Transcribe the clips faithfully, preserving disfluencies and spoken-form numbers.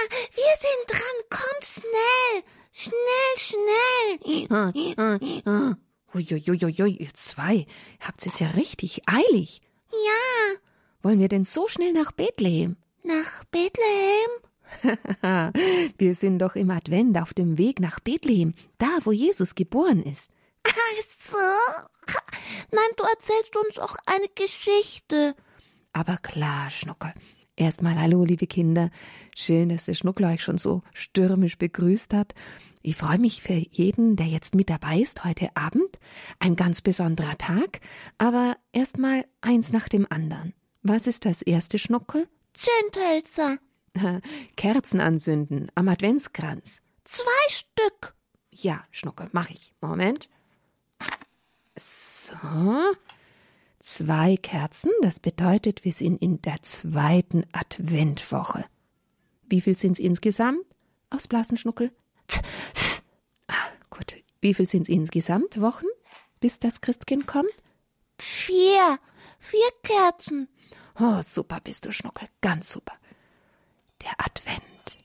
wir sind dran. Komm schnell. Schnell, schnell. Ah, ah, ah. Uiuiuiui, ihr zwei, habt es ja richtig eilig. Ja. Wollen wir denn so schnell nach Bethlehem? Nach Bethlehem? Wir sind doch im Advent auf dem Weg nach Bethlehem, da, wo Jesus geboren ist. Ach so. Nein, du erzählst uns auch eine Geschichte. Aber klar, Schnuckel. Erstmal hallo, liebe Kinder. Schön, dass der Schnuckel euch schon so stürmisch begrüßt hat. Ich freue mich für jeden, der jetzt mit dabei ist heute Abend. Ein ganz besonderer Tag. Aber erstmal eins nach dem anderen. Was ist das erste, Schnuckel? Zündhölzer. Kerzen anzünden am Adventskranz. Zwei Stück. Ja, Schnuckel, mach ich. Moment. So. Zwei Kerzen, das bedeutet, wir sind in der zweiten Adventwoche. Wie viel sind es insgesamt? Ausblasen, Schnuckel. Ah, gut. Wie viel sind es insgesamt Wochen, bis das Christkind kommt? Vier. Vier Kerzen. Oh, super bist du, Schnuckel. Ganz super. Der Advent.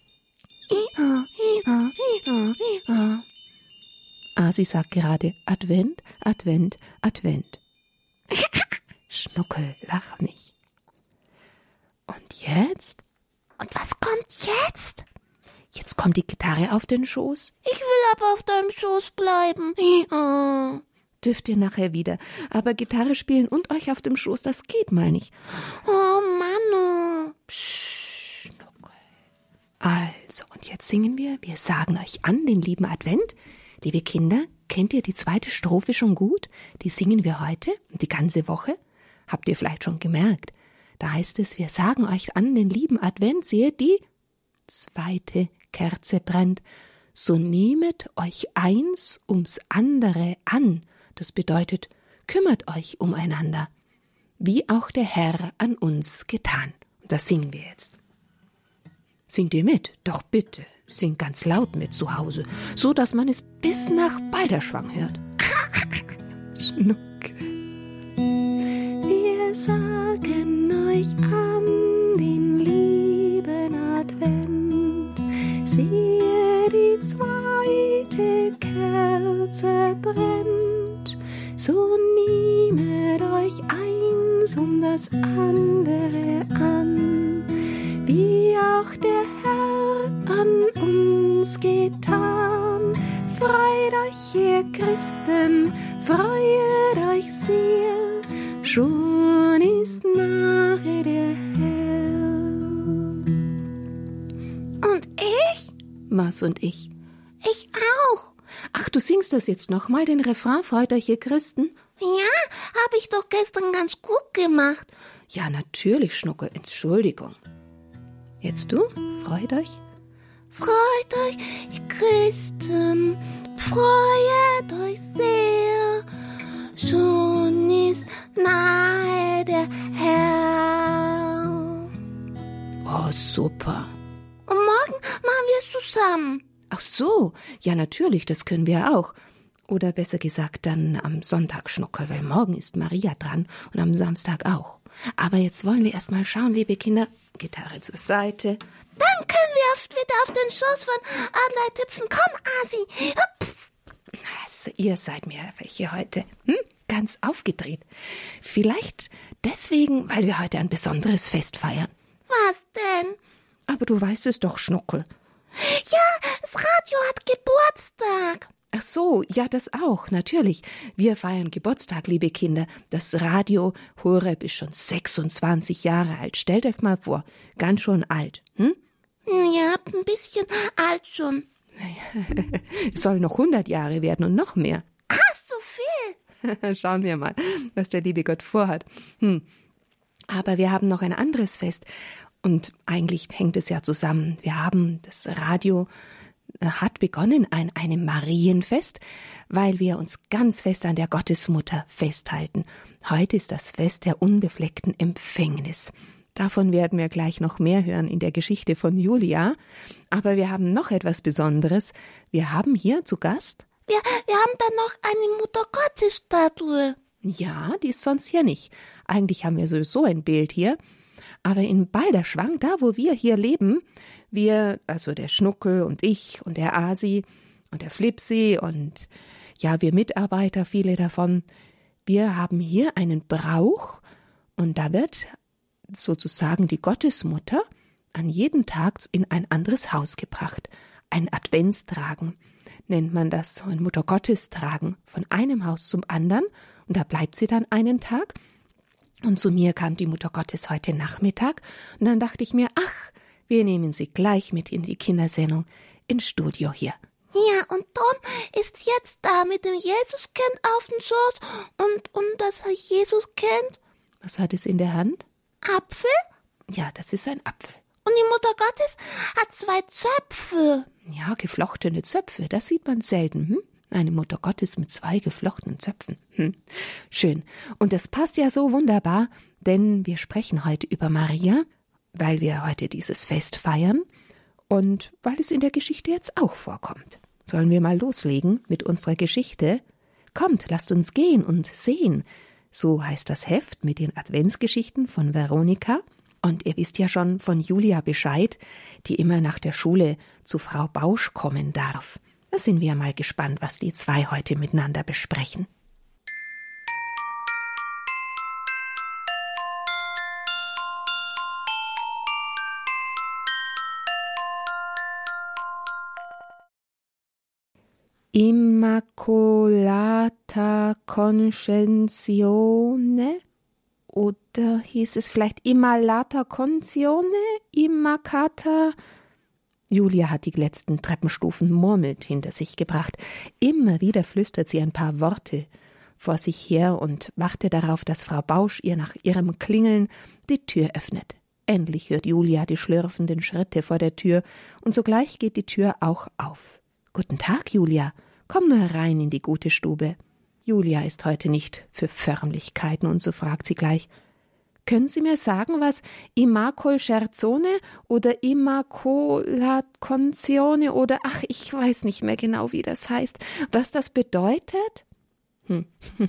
Ah, sie sagt gerade Advent, Advent, Advent. Schnuckel, lach nicht. Und jetzt? Und was kommt jetzt? Jetzt kommt die Gitarre auf den Schoß. Ich will aber auf deinem Schoß bleiben. Oh, dürft ihr nachher wieder. Aber Gitarre spielen und euch auf dem Schoß, das geht mal nicht. Oh, Mann. Psst, Schnuckel. Also, und jetzt singen wir. Wir sagen euch an den lieben Advent. Liebe Kinder, kennt ihr die zweite Strophe schon gut? Die singen wir heute und die ganze Woche. Habt ihr vielleicht schon gemerkt? Da heißt es, wir sagen euch an den lieben Advent, seht die zweite Kerze brennt. So nehmet euch eins ums andere an. Das bedeutet, kümmert euch umeinander, wie auch der Herr an uns getan. Und das singen wir jetzt. Singt ihr mit? Doch bitte, singt ganz laut mit zu Hause, so dass man es bis nach Balderschwang hört. Schnuckel. Wir sagen euch an den lieben Advent, siehe, die zweite Kerze brennt, so nehmet euch eins um das andere an, wie auch der Herr an uns getan. Freut euch, ihr Christen, freut euch sehr, schon ist nahe der Herr. Und ich? Was und ich? Ich auch. Ach, du singst das jetzt nochmal, den Refrain, freut euch, ihr Christen? Ja, habe ich doch gestern ganz gut gemacht. Ja, natürlich, Schnuckel, Entschuldigung. Jetzt du, freut euch? Freut euch, ihr Christen, freut euch sehr, schon ist nahe der Herr. Oh, super. Und morgen machen wir es zusammen. Ach so, ja natürlich, das können wir auch. Oder besser gesagt dann am Sonntag, Schnuckel, weil morgen ist Maria dran und am Samstag auch. Aber jetzt wollen wir erst mal schauen, liebe Kinder. Gitarre zur Seite. Dann können wir oft wieder auf den Schoß von Adelheid hüpfen. Komm, Asi. Hüpf. Also, ihr seid mir welche heute. Hm? Ganz aufgedreht. Vielleicht deswegen, weil wir heute ein besonderes Fest feiern. Was denn? Aber du weißt es doch, Schnuckel. Ja, das Radio hat Geburtstag. Ach so, ja, das auch, natürlich. Wir feiern Geburtstag, liebe Kinder. Das Radio Horeb ist schon sechsundzwanzig Jahre alt. Stellt euch mal vor, ganz schon alt. Hm? Ja, ein bisschen alt schon. Es soll noch hundert Jahre werden und noch mehr. Ach, so viel. Schauen wir mal, was der liebe Gott vorhat. Hm. Aber wir haben noch ein anderes Fest. Und eigentlich hängt es ja zusammen. Wir haben das Radio hat begonnen an einem Marienfest, weil wir uns ganz fest an der Gottesmutter festhalten. Heute ist das Fest der unbefleckten Empfängnis. Davon werden wir gleich noch mehr hören in der Geschichte von Julia. Aber wir haben noch etwas Besonderes. Wir haben hier zu Gast... Wir, wir haben dann noch eine Mutter-Gottes-Statue. Ja, die ist sonst hier nicht. Eigentlich haben wir sowieso ein Bild hier. Aber in Balderschwang, da wo wir hier leben, wir, also der Schnuckel und ich und der Asi und der Flipsi und ja, wir Mitarbeiter, viele davon, wir haben hier einen Brauch und da wird sozusagen die Gottesmutter an jedem Tag in ein anderes Haus gebracht. Ein Adventstragen nennt man das, so ein Muttergottestragen von einem Haus zum anderen und da bleibt sie dann einen Tag. Und zu mir kam die Mutter Gottes heute Nachmittag und dann dachte ich mir, ach, wir nehmen sie gleich mit in die Kindersendung ins Studio hier. Ja, und Tom ist jetzt da mit dem Jesuskind auf dem Schoß und, und das Jesuskind. Was hat es in der Hand? Apfel? Ja, das ist ein Apfel. Und die Mutter Gottes hat zwei Zöpfe. Ja, geflochtene Zöpfe, das sieht man selten, hm? Eine Mutter Gottes mit zwei geflochtenen Zöpfen. Hm. Schön. Und das passt ja so wunderbar, denn wir sprechen heute über Maria, weil wir heute dieses Fest feiern und weil es in der Geschichte jetzt auch vorkommt. Sollen wir mal loslegen mit unserer Geschichte? Kommt, lasst uns gehen und sehen. So heißt das Heft mit den Adventsgeschichten von Veronika. Und ihr wisst ja schon von Julia Bescheid, die immer nach der Schule zu Frau Bausch kommen darf. Da sind wir mal gespannt, was die zwei heute miteinander besprechen. Immacolata Concezione? Oder hieß es vielleicht Immolata Concezione? Immacata? Julia hat die letzten Treppenstufen murmelnd hinter sich gebracht. Immer wieder flüstert sie ein paar Worte vor sich her und wartet darauf, dass Frau Bausch ihr nach ihrem Klingeln die Tür öffnet. Endlich hört Julia die schlürfenden Schritte vor der Tür und sogleich geht die Tür auch auf. »Guten Tag, Julia. Komm nur herein in die gute Stube.« Julia ist heute nicht für Förmlichkeiten und so fragt sie gleich, »Können Sie mir sagen, was Immacolscherzone oder Immacolaconzione oder, ach, ich weiß nicht mehr genau, wie das heißt, was das bedeutet?« Hm.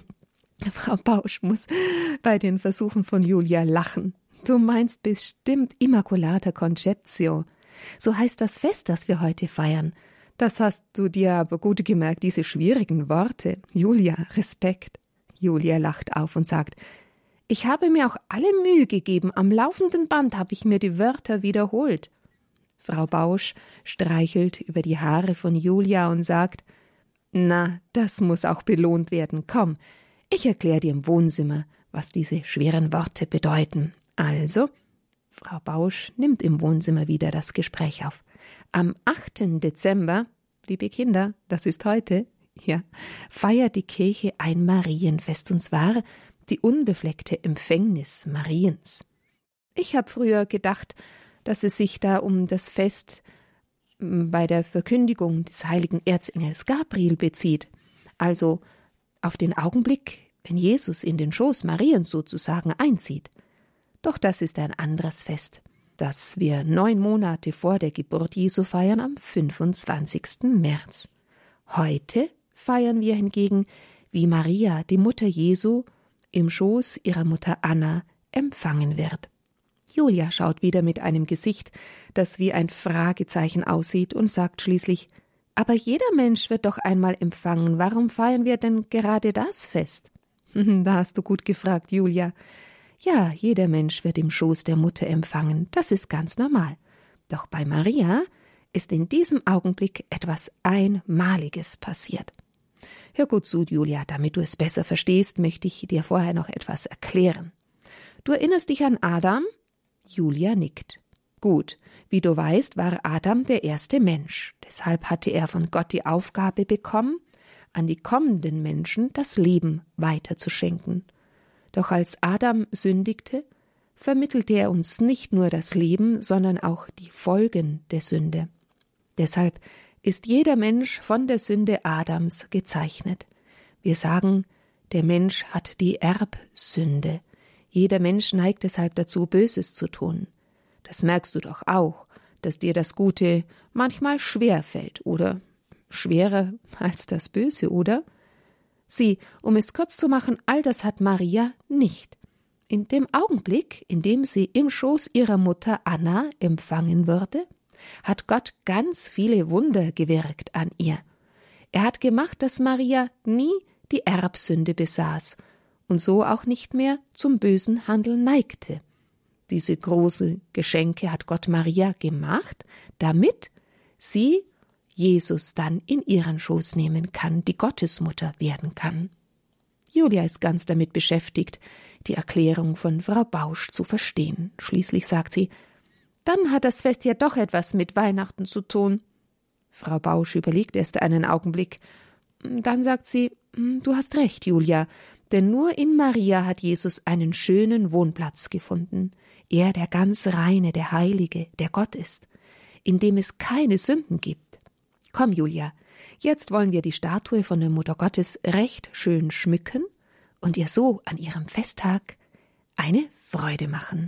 Frau Bausch muss bei den Versuchen von Julia lachen. »Du meinst bestimmt Immacolata Conceptio. So heißt das Fest, das wir heute feiern. Das hast du dir aber gut gemerkt, diese schwierigen Worte. Julia, Respekt.« Julia lacht auf und sagt, »Ich habe mir auch alle Mühe gegeben, am laufenden Band habe ich mir die Wörter wiederholt.« Frau Bausch streichelt über die Haare von Julia und sagt, »Na, das muss auch belohnt werden. Komm, ich erkläre dir im Wohnzimmer, was diese schweren Worte bedeuten.« Also, Frau Bausch nimmt im Wohnzimmer wieder das Gespräch auf. Am achten Dezember, liebe Kinder, das ist heute, ja, feiert die Kirche ein Marienfest, und zwar die unbefleckte Empfängnis Mariens. Ich habe früher gedacht, dass es sich da um das Fest bei der Verkündigung des heiligen Erzengels Gabriel bezieht, also auf den Augenblick, wenn Jesus in den Schoß Mariens sozusagen einzieht. Doch das ist ein anderes Fest, das wir neun Monate vor der Geburt Jesu feiern am fünfundzwanzigsten März. Heute feiern wir hingegen, wie Maria, die Mutter Jesu, im Schoß ihrer Mutter Anna empfangen wird. Julia schaut wieder mit einem Gesicht, das wie ein Fragezeichen aussieht und sagt schließlich, »Aber jeder Mensch wird doch einmal empfangen, warum feiern wir denn gerade das Fest?« »Da hast du gut gefragt, Julia. Ja, jeder Mensch wird im Schoß der Mutter empfangen, das ist ganz normal. Doch bei Maria ist in diesem Augenblick etwas Einmaliges passiert. Hör gut zu, Julia, damit du es besser verstehst, möchte ich dir vorher noch etwas erklären. Du erinnerst dich an Adam? Julia nickt. Gut, wie du weißt, war Adam der erste Mensch. Deshalb hatte er von Gott die Aufgabe bekommen, an die kommenden Menschen das Leben weiterzuschenken. Doch als Adam sündigte, vermittelte er uns nicht nur das Leben, sondern auch die Folgen der Sünde. Deshalb ist jeder Mensch von der Sünde Adams gezeichnet. Wir sagen, der Mensch hat die Erbsünde. Jeder Mensch neigt deshalb dazu, Böses zu tun. Das merkst du doch auch, dass dir das Gute manchmal schwer fällt oder schwerer als das Böse, oder? Sieh, um es kurz zu machen, all das hat Maria nicht. in dem Augenblick, in dem sie im Schoß ihrer Mutter Anna empfangen wurde, hat Gott ganz viele Wunder gewirkt an ihr. Er hat gemacht, dass Maria nie die Erbsünde besaß und so auch nicht mehr zum bösen Handel neigte. Diese großen Geschenke hat Gott Maria gemacht, damit sie Jesus dann in ihren Schoß nehmen kann, die Gottesmutter werden kann. Julia ist ganz damit beschäftigt, die Erklärung von Frau Bausch zu verstehen. Schließlich sagt sie, dann hat das Fest ja doch etwas mit Weihnachten zu tun. Frau Bausch überlegt erst einen Augenblick. Dann sagt sie, du hast recht, Julia, denn nur in Maria hat Jesus einen schönen Wohnplatz gefunden. Er, der ganz Reine, der Heilige, der Gott ist, in dem es keine Sünden gibt. Komm, Julia, jetzt wollen wir die Statue von der Mutter Gottes recht schön schmücken und ihr so an ihrem Festtag eine Freude machen.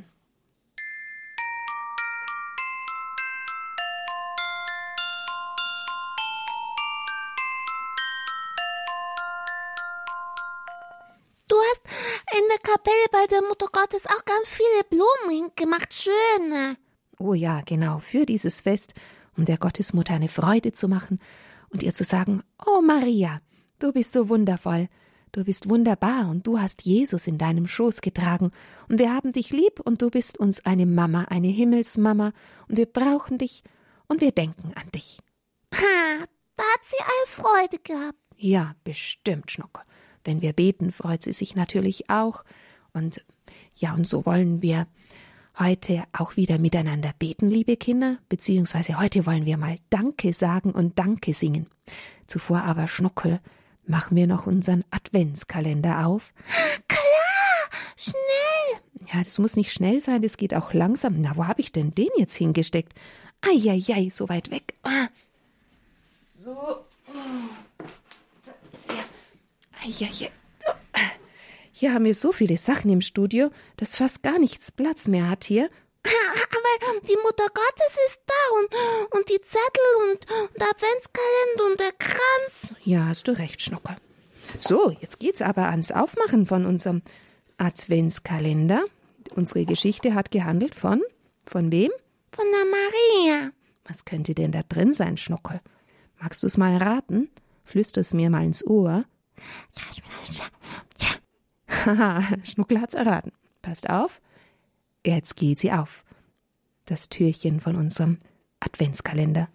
Du hast in der Kapelle bei der Mutter Gottes auch ganz viele Blumen gemacht, schöne. Oh ja, genau, für dieses Fest, um der Gottesmutter eine Freude zu machen und ihr zu sagen, oh Maria, du bist so wundervoll, du bist wunderbar und du hast Jesus in deinem Schoß getragen und wir haben dich lieb und du bist uns eine Mama, eine Himmelsmama und wir brauchen dich und wir denken an dich. Ha, da hat sie eine Freude gehabt. Ja, bestimmt, Schnucke. Wenn wir beten, freut sie sich natürlich auch. Und ja, und so wollen wir heute auch wieder miteinander beten, liebe Kinder, beziehungsweise heute wollen wir mal Danke sagen und Danke singen. Zuvor aber, Schnuckel, machen wir noch unseren Adventskalender auf. Klar, schnell. Ja, das muss nicht schnell sein, das geht auch langsam. Na, wo habe ich denn den jetzt hingesteckt? Eieiei, so weit weg. Ah. So. Da ist er. Eieiei. Hier haben wir so viele Sachen im Studio, dass fast gar nichts Platz mehr hat hier. Aber die Mutter Gottes ist da und, und die Zettel und, und der Adventskalender und der Kranz. Ja, hast du recht, Schnuckel. So, jetzt geht's aber ans Aufmachen von unserem Adventskalender. Unsere Geschichte hat gehandelt von, von wem? Von der Maria. Was könnte denn da drin sein, Schnuckel? Magst du es mal raten? Flüster es mir mal ins Ohr. Ja, ich bin ja. Haha, Schnuckel hat's erraten. Passt auf. Jetzt geht sie auf. Das Türchen von unserem Adventskalender.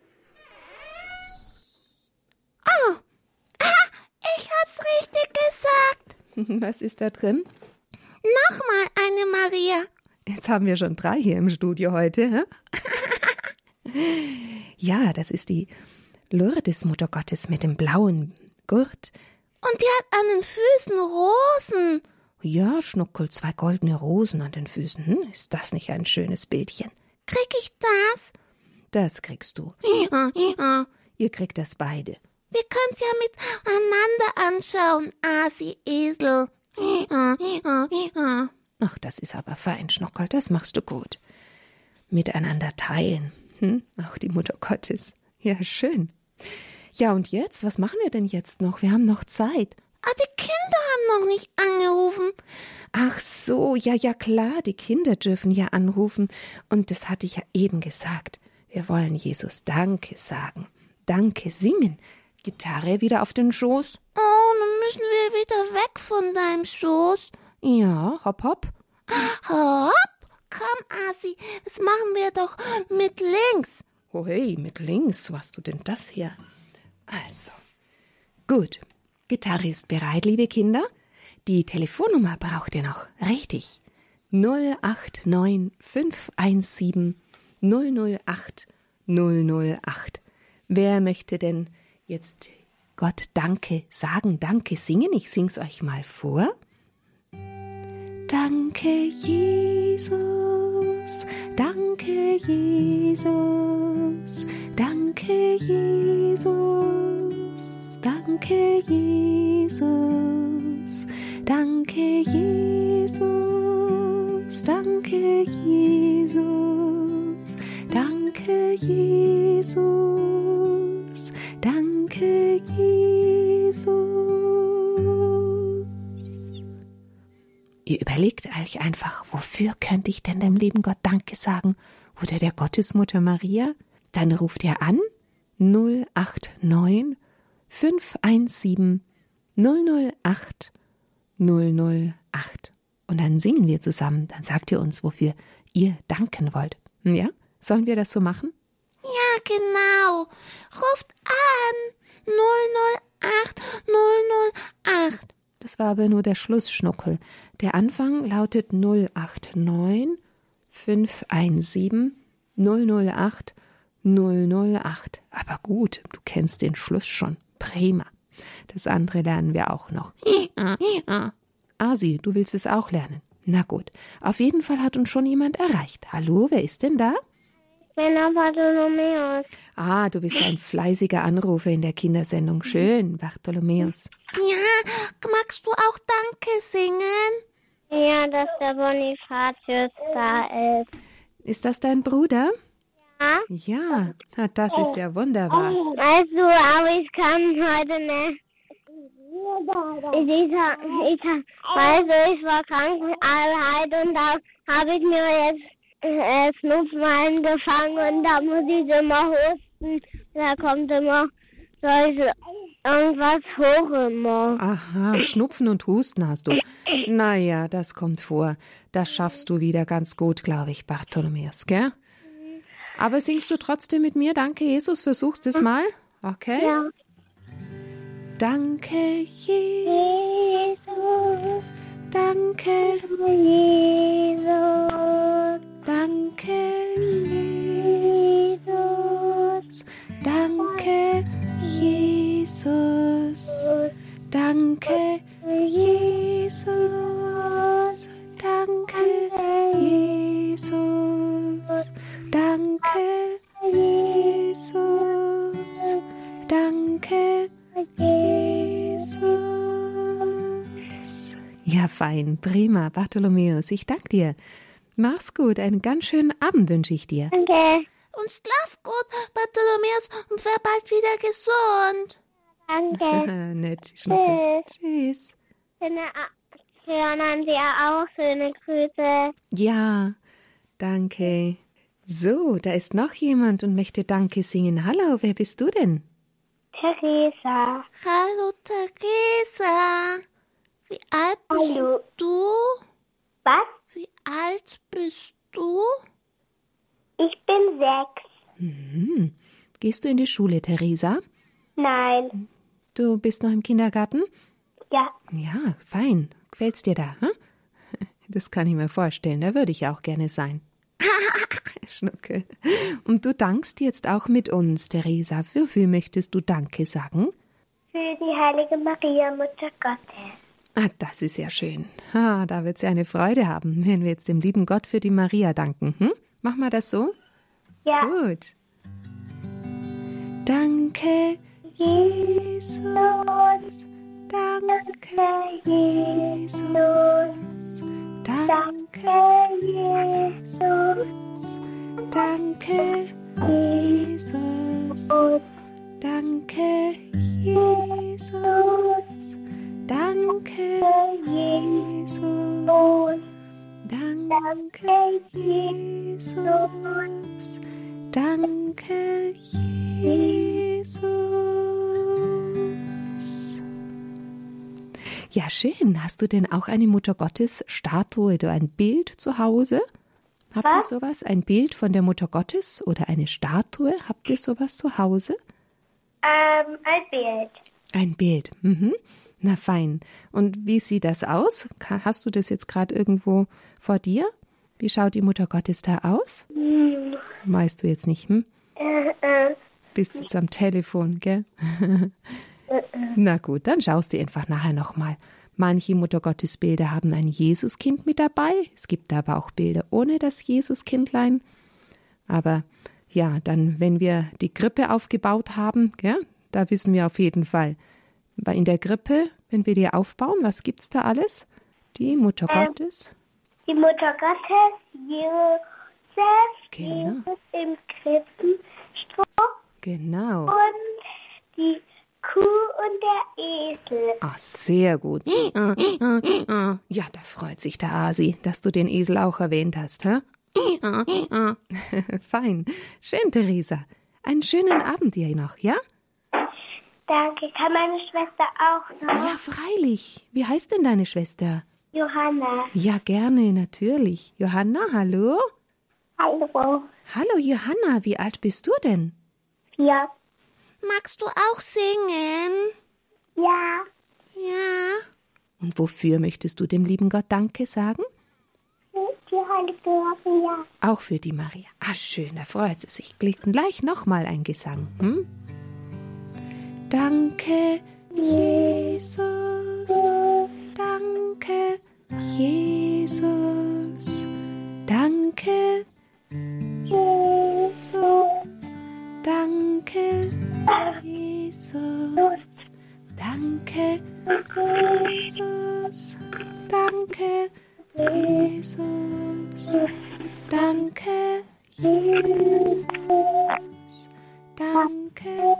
Oh, aha, ich hab's richtig gesagt. Was ist da drin? Nochmal eine Maria. Jetzt haben wir schon drei hier im Studio heute. Hä? Ja, das ist die Lourdes Mutter Gottes mit dem blauen Gurt. Und die hat an den Füßen Rosen. Ja, Schnuckel, zwei goldene Rosen an den Füßen. Hm, ist das nicht ein schönes Bildchen? Krieg ich das? Das kriegst du. Ja, ja. Ihr kriegt das beide. Wir können's ja miteinander anschauen, Asi Esel. Ja, ja, ja. Ach, das ist aber fein, Schnuckel, das machst du gut. Miteinander teilen. Hm? Auch die Mutter Gottes. Ja, schön. Ja, und jetzt? Was machen wir denn jetzt noch? Wir haben noch Zeit. Ah, die Kinder haben noch nicht angerufen. Ach so, ja, ja, klar, die Kinder dürfen ja anrufen. Und das hatte ich ja eben gesagt. Wir wollen Jesus Danke sagen. Danke singen. Gitarre wieder auf den Schoß. Oh, dann müssen wir wieder weg von deinem Schoß. Ja, hopp, hopp. Hopp, komm, Asi, das machen wir doch mit links. Oh hey, mit links, wo hast du denn das her? Also, gut. Gitarre ist bereit, liebe Kinder. Die Telefonnummer braucht ihr noch. Richtig. null acht neun fünf eins sieben null null acht null null acht. Wer möchte denn jetzt Gott Danke sagen, Danke singen? Ich sing's euch mal vor. Danke, Jesus. Danke, Jesus. Danke, Jesus. Danke, Jesus. Danke, Jesus. Danke, Jesus. Danke, Jesus. Danke, Jesus. Ihr ihr überlegt euch einfach, wofür könnte ich denn dem lieben Gott Danke sagen? Oder der Gottesmutter Maria? Dann ruft ihr an null acht neun fünf eins sieben null null acht null null acht. Und dann singen wir zusammen. Dann sagt ihr uns, wofür ihr danken wollt. Ja? Sollen wir das so machen? Ja, genau. Ruft an. null null acht null null acht. Das war aber nur der Schlussschnuckel. Der Anfang lautet null acht neun fünf eins sieben null null acht null null acht. Aber gut, du kennst den Schluss schon. Prima. Das andere lernen wir auch noch. Ja, ja. Asi, du willst es auch lernen. Na gut. Auf jeden Fall hat uns schon jemand erreicht. Hallo, wer ist denn da? Ich bin der Bartholomäus. Ah, du bist ein fleißiger Anrufer in der Kindersendung. Schön, Bartholomäus. Ja, magst du auch Danke singen? Ja, dass der Bonifatius da ist. Ist das dein Bruder? Ja? Ja, na, das ist ja wunderbar. Weißt du, aber ich kann heute nicht. Ich, ich, ich, weißt du, ich war krank halt und da habe ich mir jetzt äh, Schnupfen eingefangen und da muss ich immer husten. Da kommt immer solche, irgendwas hoch immer. Aha, Schnupfen und Husten hast du. Naja, das kommt vor. Das schaffst du wieder ganz gut, glaube ich, Bartholomäus, gell? Aber singst du trotzdem mit mir? Danke, Jesus, versuchst es mal? Okay? Ja. Danke, Jesus. Jesus, Danke, Jesus, danke, Jesus. Danke, Jesus. Danke, Jesus. Danke, Jesus. Danke, Jesus. Danke, Jesus. Ja, fein, prima, Bartholomäus, ich danke dir. Mach's gut, einen ganz schönen Abend wünsche ich dir. danke, Und schlaf gut, Bartholomäus, und wär bald wieder gesund. danke. Nett, Schnuckel. Tschüss. Schöne A- Hören an dir auch schöne Grüße. Ja, danke. So, da ist noch jemand und möchte Danke singen. Hallo, wer bist du denn? Theresa. Hallo, Theresa. Wie alt bist Hallo. du? Was? Wie alt bist du? Ich bin sechs. Mhm. Gehst du in die Schule, Theresa? Nein. Du bist noch im Kindergarten? Ja. Ja, fein. Gefällt's dir da? Hm? Das kann ich mir vorstellen. Da würde ich auch gerne sein. Schnuckel. Und du dankst jetzt auch mit uns, Theresa. Wofür möchtest du Danke sagen? Für die heilige Maria, Mutter Gottes. Ah, das ist ja schön. Ah, da wird sie eine Freude haben, wenn wir jetzt dem lieben Gott für die Maria danken. Hm? Machen wir das so? Ja. Gut. Danke, Jesus. Danke, Jesus. Danke, Jesus. Danke, Jesus. Danke, Jesus. Danke, Jesus. Danke, Jesus. Danke, Jesus. Ja, schön. Hast du denn auch eine Mutter-Gottes-Statue oder ein Bild zu Hause? Habt ihr Was? sowas? Ein Bild von der Mutter Gottes oder eine Statue? Habt ihr sowas zu Hause? Ähm, ein Bild. Ein Bild. Mhm. Na fein. Und wie sieht das aus? Ka- Hast du das jetzt gerade irgendwo vor dir? Wie schaut die Mutter Gottes da aus? Hm. Weißt du jetzt nicht, hm? Äh, äh, Bist jetzt am Telefon, gell? Na gut, dann schaust du einfach nachher nochmal. Manche Muttergottesbilder haben ein Jesuskind mit dabei. Es gibt aber auch Bilder ohne das Jesuskindlein. Aber ja, dann, wenn wir die Krippe aufgebaut haben, gell, da wissen wir auf jeden Fall, weil in der Krippe, wenn wir die aufbauen, was gibt's da alles? Die Mutter Ähm. Gottes. die Mutter Gottes, Josef, Genau. Jesus im Krippenstroh Genau. und die Kuh und der Esel. Ah, sehr gut. Ja, da freut sich der Asi, dass du den Esel auch erwähnt hast, hä? Fein. Schön, Theresa. Einen schönen Abend dir noch, ja? Danke. Kann meine Schwester auch noch? Ja, freilich. Wie heißt denn deine Schwester? Johanna. Ja, gerne, natürlich. Johanna, hallo? Hallo. Hallo, Johanna. Wie alt bist du denn? Ja. Magst du auch singen? Ja. Ja. Und wofür möchtest du dem lieben Gott Danke sagen? Für Heilige Maria. Auch für die Maria. Ah, schön, da freut sie sich. Klingt gleich nochmal ein Gesang. Hm? Danke, Jesus. Danke, Jesus. Danke, Jesus. Danke, Jesus. Danke, Jesus. Danke, Jesus. Danke, Jesus. Danke,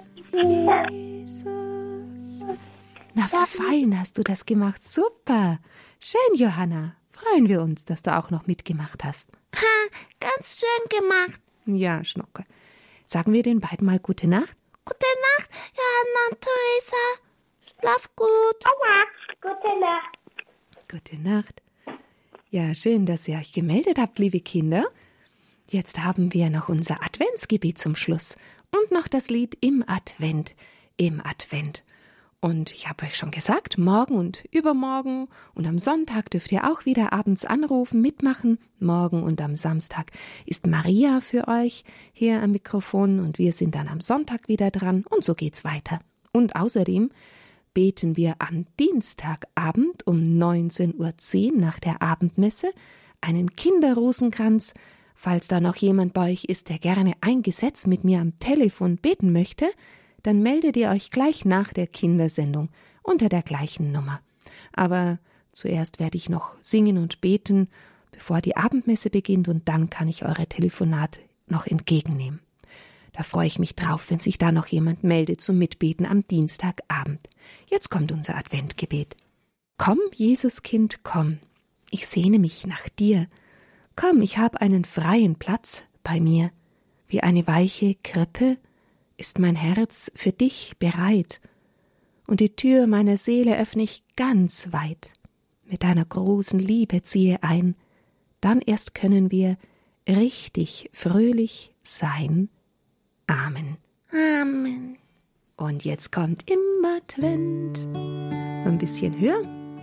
Jesus. Na fein, hast du das gemacht. Super. Schön, Johanna. Freuen wir uns, dass du auch noch mitgemacht hast. Ha, ganz schön gemacht. Ja, Schnucke. Sagen wir den beiden mal gute Nacht? Gute Nacht, Johanna und Theresa. Schlaf gut. Gute Nacht. Gute Nacht. Ja, schön, dass ihr euch gemeldet habt, liebe Kinder. Jetzt haben wir noch unser Adventsgebet zum Schluss und noch das Lied Im Advent, im Advent. Und ich habe euch schon gesagt, morgen und übermorgen und am Sonntag dürft ihr auch wieder abends anrufen, mitmachen. Morgen und am Samstag ist Maria für euch hier am Mikrofon und wir sind dann am Sonntag wieder dran und so geht's weiter. Und außerdem beten wir am Dienstagabend um neunzehn Uhr zehn nach der Abendmesse einen Kinderrosenkranz. Falls da noch jemand bei euch ist, der gerne ein Gesetz mit mir am Telefon beten möchte, dann meldet ihr euch gleich nach der Kindersendung unter der gleichen Nummer. Aber zuerst werde ich noch singen und beten, bevor die Abendmesse beginnt, und dann kann ich eure Telefonate noch entgegennehmen. Da freue ich mich drauf, wenn sich da noch jemand meldet zum Mitbeten am Dienstagabend. Jetzt kommt unser Adventgebet. Komm, Jesuskind, komm, ich sehne mich nach dir. Komm, ich hab einen freien Platz bei mir. Wie eine weiche Krippe ist mein Herz für dich bereit, und die Tür meiner Seele öffne ich ganz weit. Mit deiner großen Liebe ziehe ein, dann erst können wir richtig fröhlich sein. Amen. Amen. Und jetzt kommt im Advent. Ein bisschen höher.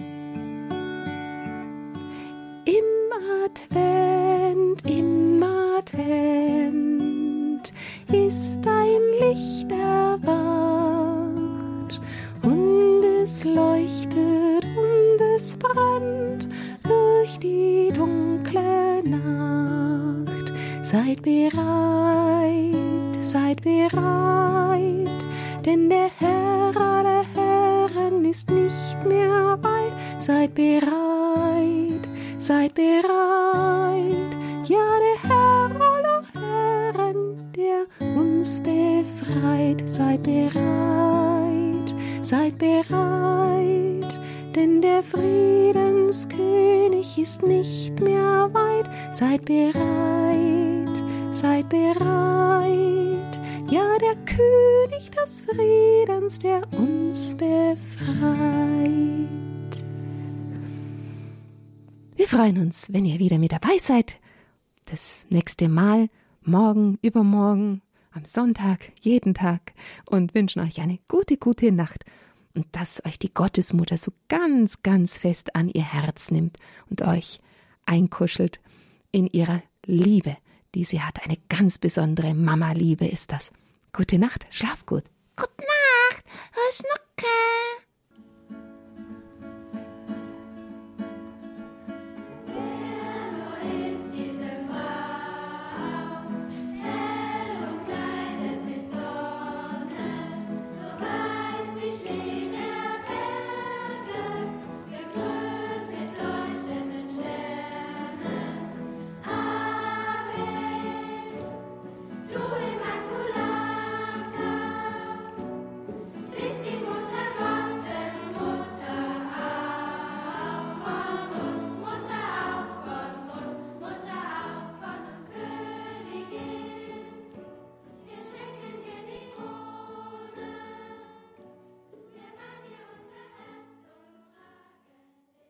Im Advent, im Advent ist ein Licht erwacht, und es leuchtet und es brennt durch die dunkle Nacht. Seid bereit, seid bereit, denn der Herr aller Herren ist nicht mehr weit. Seid bereit, seid bereit, ja, der Herr aller Herren, der uns befreit. Seid bereit, seid bereit, denn der Friedenskönig ist nicht mehr weit. Seid bereit, seid bereit, ja, der König des Friedens, der uns befreit. Wir freuen uns, wenn ihr wieder mit dabei seid. Das nächste Mal, morgen, übermorgen, am Sonntag, jeden Tag, und wünschen euch eine gute, gute Nacht und dass euch die Gottesmutter so ganz, ganz fest an ihr Herz nimmt und euch einkuschelt in ihrer Liebe, die sie hat. Eine ganz besondere Mama-Liebe ist das. Gute Nacht, schlaf gut. Gute Nacht, Schnucke.